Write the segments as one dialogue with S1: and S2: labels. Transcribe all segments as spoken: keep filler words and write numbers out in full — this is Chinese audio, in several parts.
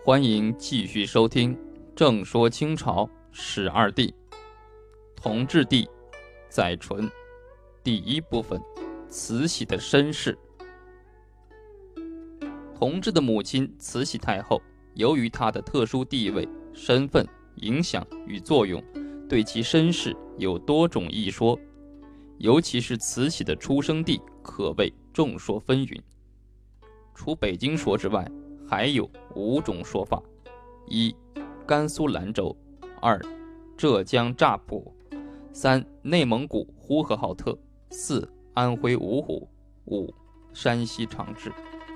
S1: 欢迎继续收听正说清朝史二帝同治帝载淳第一部分，慈禧的身世。同治的母亲慈禧太后，由于她的特殊地位、身份、影响与作用，对其身世有多种异说，尤其是慈禧的出生地可谓众说纷纭。除北京说之外，还有五种说法：一、甘肃兰州；二、浙江乍浦；三、内蒙古呼和浩特；四、安徽芜湖；五、山西长治。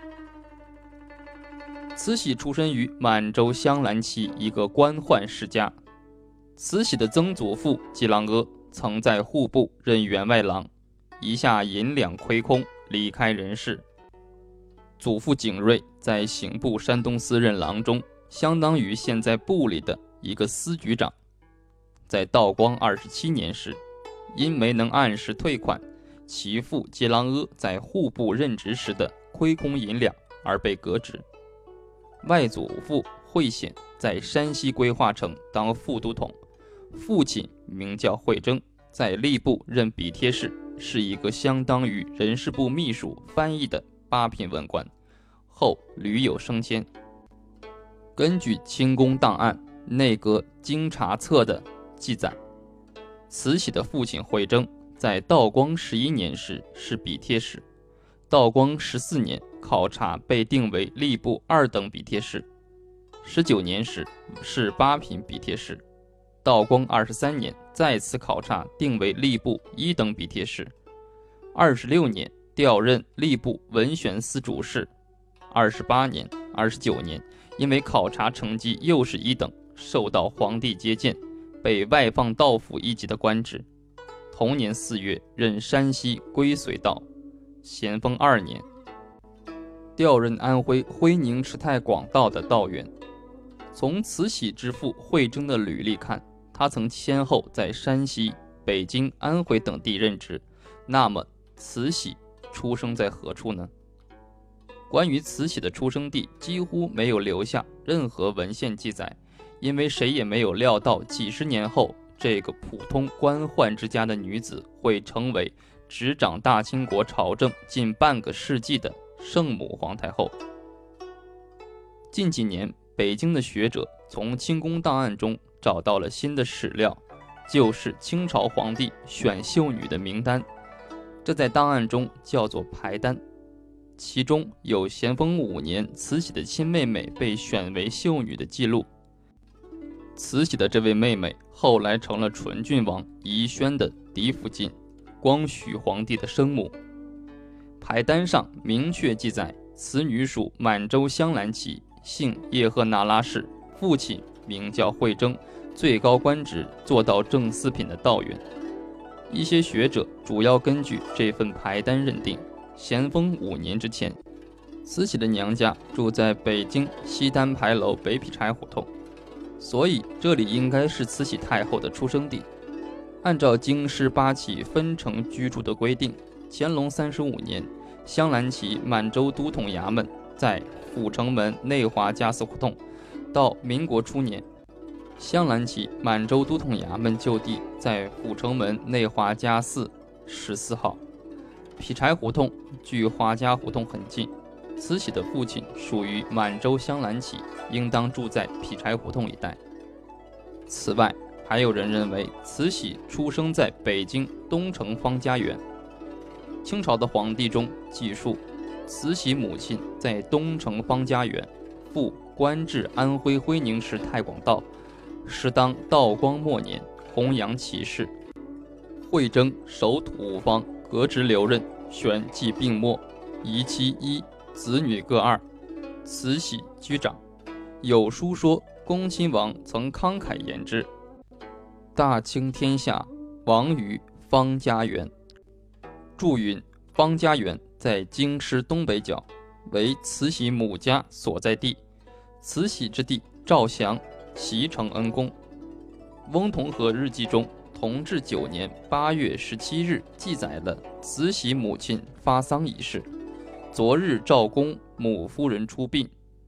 S1: 慈禧出身于满洲镶蓝旗一个官宦世家。慈禧的曾祖父吉郎阿曾在户部任员外郎，一下银两亏空，离开人世。祖父景瑞在刑部山东司任郎中，相当于现在部里的一个司局长。在道光二十七年时，因没能按时退款其父吉郎阿在户部任职时的亏空银两而被革职。外祖父惠显在山西归化城当副都统，父亲名叫惠征，在吏部任笔帖使，是一个相当于人事部秘书翻译的八品文官，后屡有升迁。根据清宫档案内阁经查册的记载，慈禧的父亲惠征在道光十一年时是笔帖使，道光十四年考察被定为吏部二等笔帖使，十九年时是八品笔帖使，道光二十三年再次考察定为吏部一等笔帖使，二十六年调任吏部文选司主事，二十八年、二十九年因为考察成绩又是一等，受到皇帝接见，被外放道府一级的官职。同年四月任山西归绥道，咸丰二年调任安徽徽宁池太广道的道员。从慈禧之父惠征的履历看，他曾先后在山西、北京、安徽等地任职。那么慈禧出生在何处呢？关于慈禧的出生地几乎没有留下任何文献记载，因为谁也没有料到几十年后，这个普通官宦之家的女子会成为执掌大清国朝政近半个世纪的圣母皇太后。近几年，北京的学者从清宫档案中找到了新的史料，就是清朝皇帝选秀女的名单，这在档案中叫做排单，其中有咸丰五年慈禧的亲妹妹被选为秀女的记录。慈禧的这位妹妹后来成了纯郡王宜轩的嫡福晋，光绪皇帝的生母。排单上明确记载，此女属满洲镶蓝旗，姓叶赫那拉氏，父亲名叫惠征，最高官职做到正四品的道员。一些学者主要根据这份排单认定，咸丰五年之前，慈禧的娘家住在北京西单牌楼北劈柴胡同，所以这里应该是慈禧太后的出生地。按照京师八旗分城居住的规定，乾隆三十五年，镶蓝旗满洲都统衙门在阜成门内华家祠胡同，到民国初年，镶蓝旗满洲都统衙门就地在阜成门内华家祠十四号。劈柴胡同距华家胡同很近，慈禧的父亲属于满洲镶蓝旗，应当住在劈柴胡同一带。此外，还有人认为慈禧出生在北京东城方家园。清朝的皇帝中记述，慈禧母亲在东城方家园，父官至安徽徽宁池太广道，时当道光末年，弘扬其事。惠征守土方，革职留任，旋即病没，遗妻一，子女各二，慈禧居长。有书说恭亲王曾慷慨言之：大清天下，亡于方家园。注云，方家园在京师东北角，为慈禧母家所在地。慈禧之弟赵祥袭承恩公。翁同龢日记中，同治九年八月十七日记载了慈禧母亲发丧一事。昨日赵公母夫人出殡，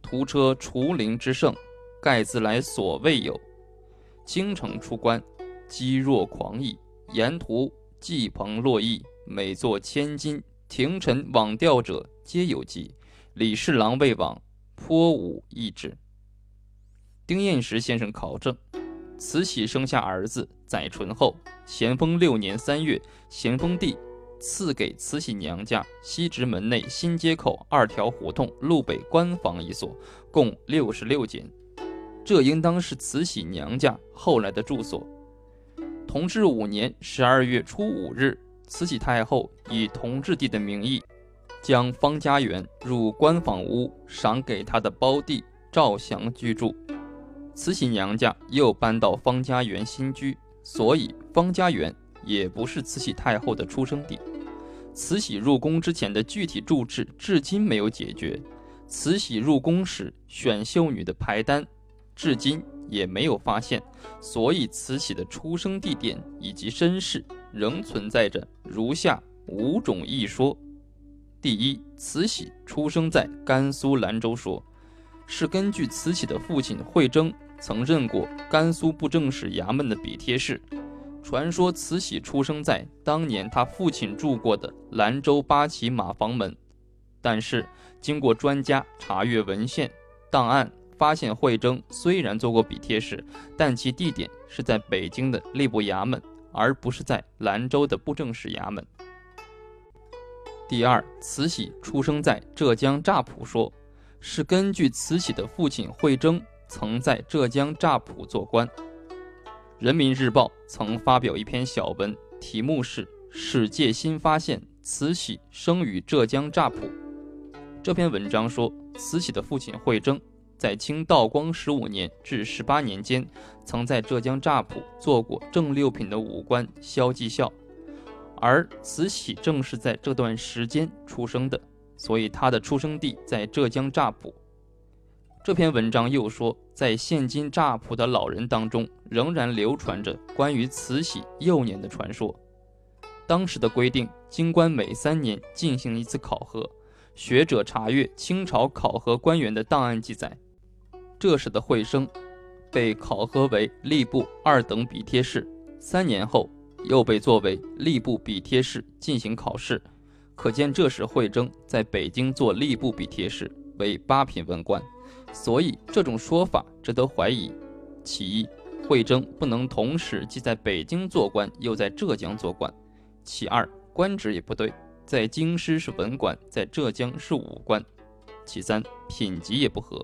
S1: 途车除陵之盛，盖自来所未有。京城出关，积若狂逸，沿途骑篷络绎，每座千金，廷臣往吊者皆有疾。李侍郎未往，颇无异志。丁彦实先生考证，慈禧生下儿子载淳后，咸丰六年三月，咸丰帝赐给慈禧娘家西直门内新街口二条胡同路北官房一所，共六十六间。这应当是慈禧娘家后来的住所。同治五年十二月初五日，慈禧太后以同治帝的名义，将方家园入官房屋赏给她的胞弟赵祥居住。慈禧娘家又搬到方家园新居，所以方家园也不是慈禧太后的出生地。慈禧入宫之前的具体住址至今没有解决，慈禧入宫时选秀女的排单至今也没有发现，所以慈禧的出生地点以及身世仍存在着如下五种异说。第一，慈禧出生在甘肃兰州说，是根据慈禧的父亲惠征曾任过甘肃布政使衙门的笔帖式，传说慈禧出生在当年他父亲住过的兰州八旗马房门，但是经过专家查阅文献档案，发现惠征虽然做过笔帖式，但其地点是在北京的吏部衙门，而不是在兰州的布政使衙门。第二，慈禧出生在浙江乍浦说，是根据慈禧的父亲惠征曾在浙江乍浦做官。人民日报曾发表一篇小文，题目是史界新发现，慈禧生于浙江乍浦。这篇文章说，慈禧的父亲惠征在清道光十五年至十八年间，曾在浙江乍浦做过正六品的武官萧继孝，而慈禧正是在这段时间出生的，所以她的出生地在浙江乍浦。这篇文章又说，在现今乍浦的老人当中，仍然流传着关于慈禧幼年的传说。当时的规定，京官每三年进行一次考核，学者查阅清朝考核官员的档案记载，这时的惠生被考核为吏部二等笔帖式，三年后又被作为吏部笔帖式进行考试，可见这时惠征在北京做吏部笔帖式，为八品文官，所以这种说法值得怀疑。其一，惠征不能同时既在北京做官又在浙江做官；其二，官职也不对，在京师是文官，在浙江是武官；其三，品级也不合。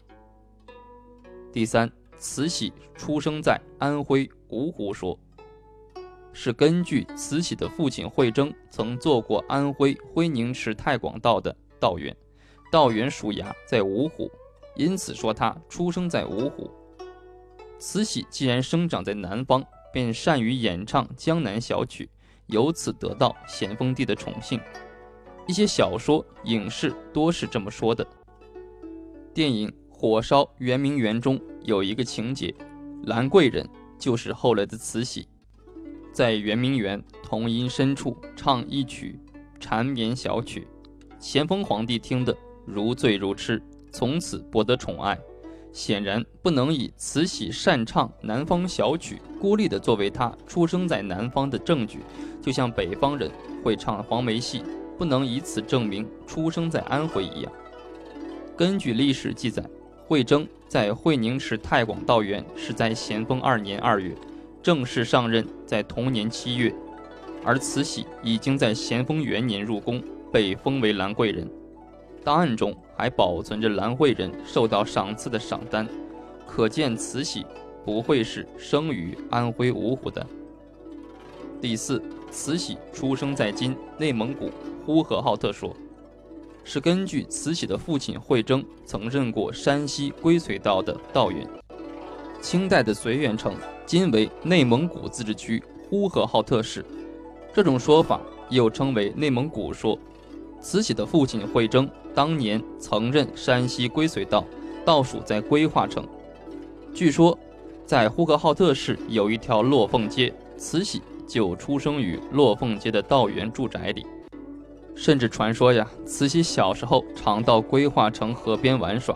S1: 第三，慈禧出生在安徽芜湖说，是根据慈禧的父亲惠征曾做过安徽徽宁池太广道的道员，道员属衙在芜湖，因此说他出生在芜湖。慈禧既然生长在南方，便善于演唱江南小曲，由此得到咸丰帝的宠幸。一些小说影视多是这么说的。电影《火烧圆明园》中有一个情节，兰贵人就是后来的慈禧，在圆明园桐荫深处唱一曲缠绵小曲，咸丰皇帝听得如醉如痴，从此博得宠爱。显然不能以慈禧擅唱南方小曲孤立的作为她出生在南方的证据，就像北方人会唱黄梅戏不能以此证明出生在安徽一样。根据历史记载，惠征在惠宁池太广道员是在咸丰二年二月，正式上任在同年七月，而慈禧已经在咸丰元年入宫，被封为兰贵人。档案中还保存着兰贵人受到赏赐的赏单，可见慈禧不会是生于安徽芜湖的。第四，慈禧出生在今内蒙古呼和浩特说，是根据慈禧的父亲惠征曾任过山西归绥道的道员。清代的绥远城今为内蒙古自治区呼和浩特市，这种说法又称为内蒙古说。慈禧的父亲惠征当年曾任山西归绥道，道属在归化城。据说在呼和浩特市有一条落凤街，慈禧就出生于落凤街的道员住宅里。甚至传说呀，慈禧小时候常到归化城河边玩耍，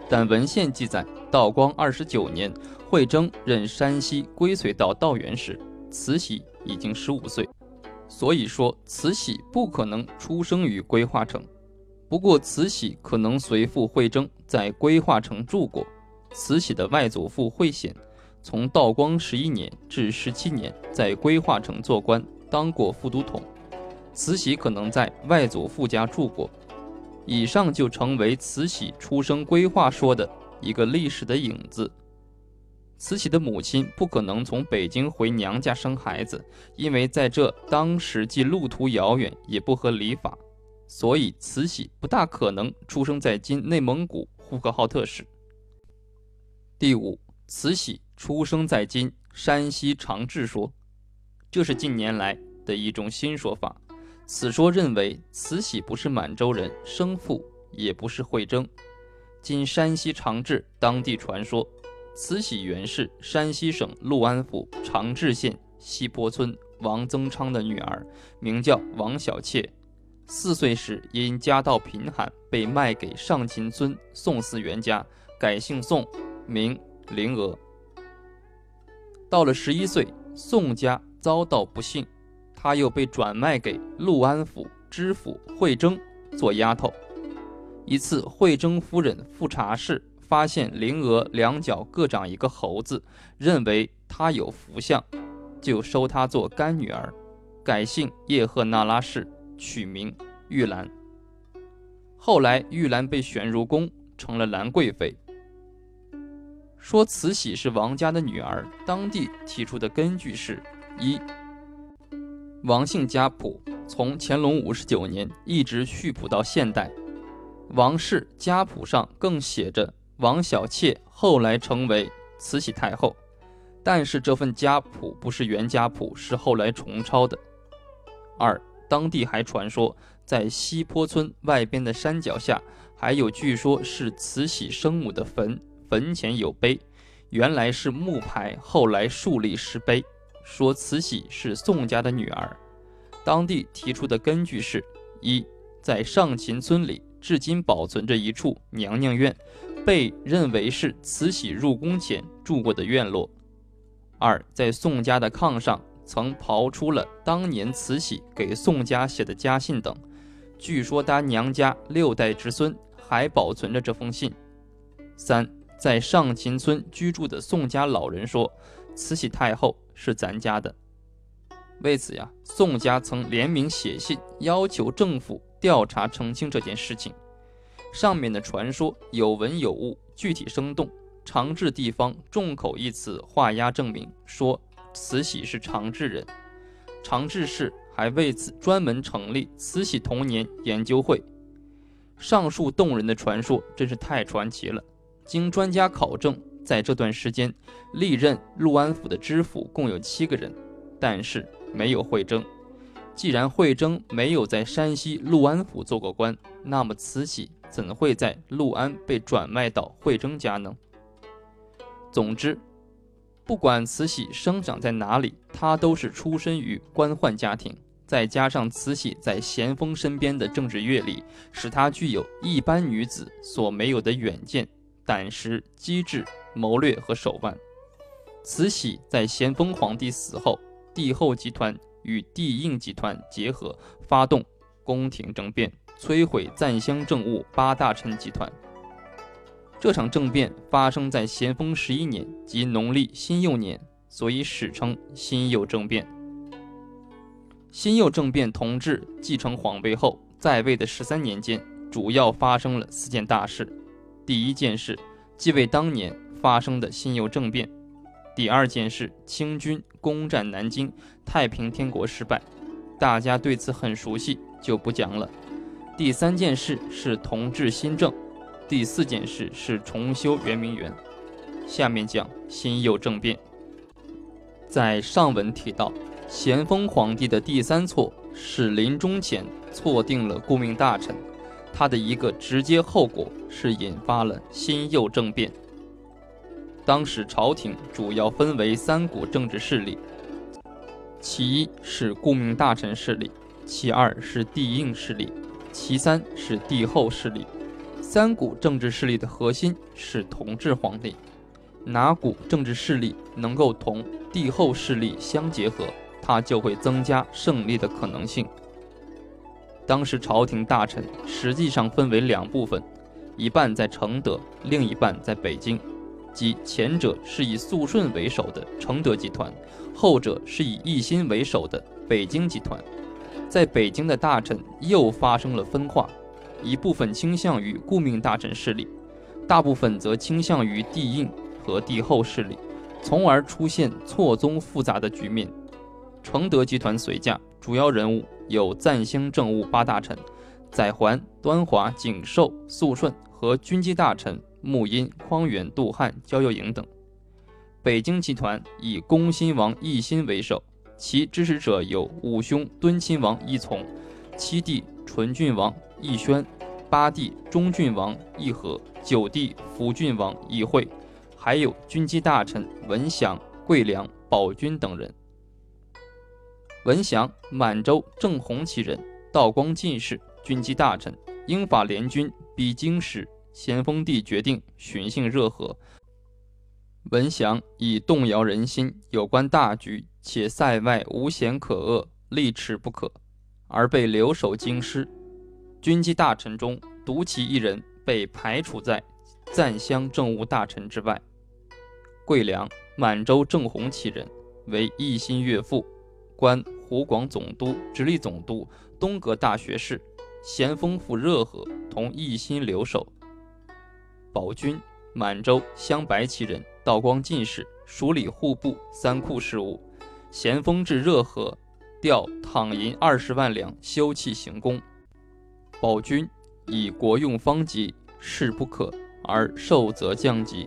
S1: 但文献记载，道光二十九年，惠征任山西归绥道道员时，慈禧已经十五岁，所以说慈禧不可能出生于归化城。不过慈禧可能随父惠征在归化城住过。慈禧的外祖父惠显从道光十一年至十七年在归化城做官，当过副都统。慈禧可能在外祖父家住过，以上就成为慈禧出生归化说的一个历史的影子。慈禧的母亲不可能从北京回娘家生孩子，因为在这当时既路途遥远，也不合礼法，所以慈禧不大可能出生在今内蒙古呼和浩特市。第五，慈禧出生在今山西长治说，这是近年来的一种新说法。此说认为慈禧不是满洲人，生父也不是惠征。今山西长治当地传说，慈禧原是山西省六安府长治县西坡村王增昌的女儿，名叫王小妾。四岁时因家道贫寒，被卖给上秦村宋思源家，改姓宋，名灵娥。到了十一岁，宋家遭到不幸，她又被转卖给六安府知府惠征做丫头。一次，惠征夫人复查事，发现灵娥两脚各长一个猴子，认为她有福相，就收她做干女儿，改姓叶赫那拉氏，取名玉兰。后来玉兰被选入宫，成了兰贵妃。说慈禧是王家的女儿，当地提出的根据是：一，王姓家谱从乾隆五十九年一直续谱到现代，王氏家谱上更写着王小妾后来成为慈禧太后，但是这份家谱不是原家谱，是后来重抄的。二，当地还传说在西坡村外边的山脚下还有据说是慈禧生母的坟，坟前有碑，原来是木牌，后来竖立石碑，说慈禧是宋家的女儿。当地提出的根据是：一，在上秦村里至今保存着一处娘娘院，被认为是慈禧入宫前住过的院落。二，在宋家的炕上曾刨出了当年慈禧给宋家写的家信等，据说她娘家六代之孙还保存着这封信。三，在上秦村居住的宋家老人说，慈禧太后是咱家的。为此呀，宋家曾联名写信要求政府调查澄清这件事情。上面的传说有文有物，具体生动。长治地方众口一词画押证明，说慈禧是长治人。长治市还为此专门成立慈禧童年研究会。上述动人的传说真是太传奇了。经专家考证，在这段时间历任六安府的知府共有七个人，但是没有惠征。既然惠征没有在山西六安府做过官，那么慈禧怎会在六安被转卖到惠征家呢？总之，不管慈禧生长在哪里，她都是出身于官宦家庭，再加上慈禧在咸丰身边的政治阅历，使她具有一般女子所没有的远见、胆识、机智、谋略和手腕。慈禧在咸丰皇帝死后，帝后集团与帝应集团结合，发动宫廷政变，摧毁赞襄政务八大臣集团。这场政变发生在咸丰十一年，即农历辛酉年，所以史称辛酉政变。辛酉政变同治继承皇位后，在位的十三年间，主要发生了四件大事。第一件事，继位当年发生的辛酉政变；第二件事，清军攻占南京，太平天国失败，大家对此很熟悉，就不讲了。第三件事是同治新政。第四件事是重修圆明园。下面讲辛酉政变。在上文提到，咸丰皇帝的第三错是临终前错定了顾命大臣，他的一个直接后果是引发了辛酉政变。当时朝廷主要分为三股政治势力，其一是顾命大臣势力，其二是帝应势力，其三是帝后势力。 三股政治势力的核心是同治皇帝，哪股政治势力能够同帝后势力相结合，它就会增加胜利的可能性。当时朝廷大臣实际上分为两部分，一半在承德，另一半在北京，即前者是以肃顺为首的承德集团，后者是以奕欣为首的北京集团。在北京的大臣又发生了分化，一部分倾向于顾命大臣势力，大部分则倾向于帝印和帝后势力，从而出现错综复杂的局面。承德集团随驾主要人物有赞襄政务八大臣载垣、端华、景寿、肃顺和军机大臣穆荫、匡源、杜汉、焦佑营等。北京集团以恭亲王奕欣为首，其支持者有五兄敦亲王奕从、七弟纯郡王奕宣、八弟忠郡王奕和、九弟福郡王奕惠，还有军机大臣文祥、桂良、宝军等人。文祥，满洲正红旗人，道光进士，军机大臣，英法联军逼京时，咸丰帝决定寻衅热河。文祥以动摇人心，有关大局，且塞外无险可遏，力持不可，而被留守京师。军机大臣中，独其一人被排除在赞襄政务大臣之外。桂良，满洲正红旗人，为奕欣岳父，官湖广总督、直隶总督、东阁大学士，咸丰赴热河，同奕欣留守。宝军，满洲镶白旗人，道光进士，署理户部、三库事务。咸丰至热河，调躺银二十万两修葺行宫。宝军以国用方急，事不可，而受责降级。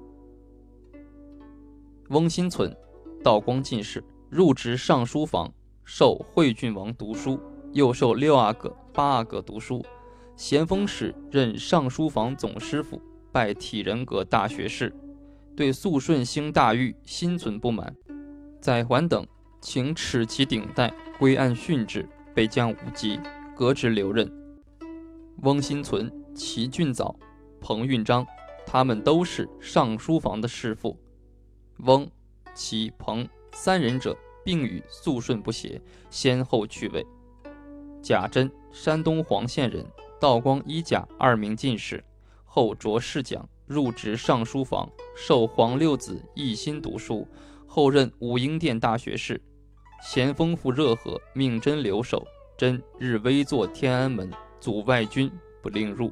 S1: 翁新存，道光进士，入职尚书房，授惠郡王读书，又授六阿哥、八阿哥读书。咸丰时任尚书房总师傅，拜体仁阁大学士，对肃顺兴大狱心存不满。载垣等请耻其顶戴，归案训之，被降五级，革职留任。翁新存、齐俊藻、彭运章，他们都是尚书房的师傅。翁、齐、彭三人者并与肃顺不协，先后去位。贾珍，山东黄县人，道光一甲二名进士，后擢侍讲，入职尚书房，授皇六子奕欣读书，后任武英殿大学士。咸丰赴热河，命真留守，真日危坐天安门，阻外军不令入。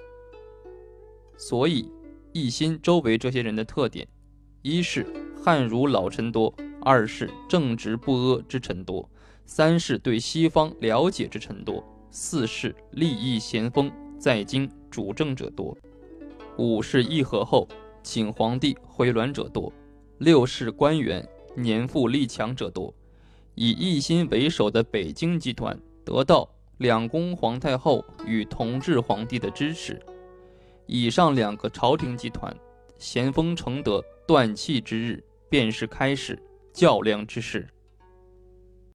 S1: 所以奕欣周围这些人的特点，一是汉儒老臣多，二是正直不阿之臣多，三是对西方了解之臣多，四是利益咸丰在京主政者多，五是议和后请皇帝回銮者多，六是官员年富力强者多。以奕欣为首的北京集团得到两宫皇太后与同治皇帝的支持。以上两个朝廷集团，咸丰承德断气之日，便是开始较量之时。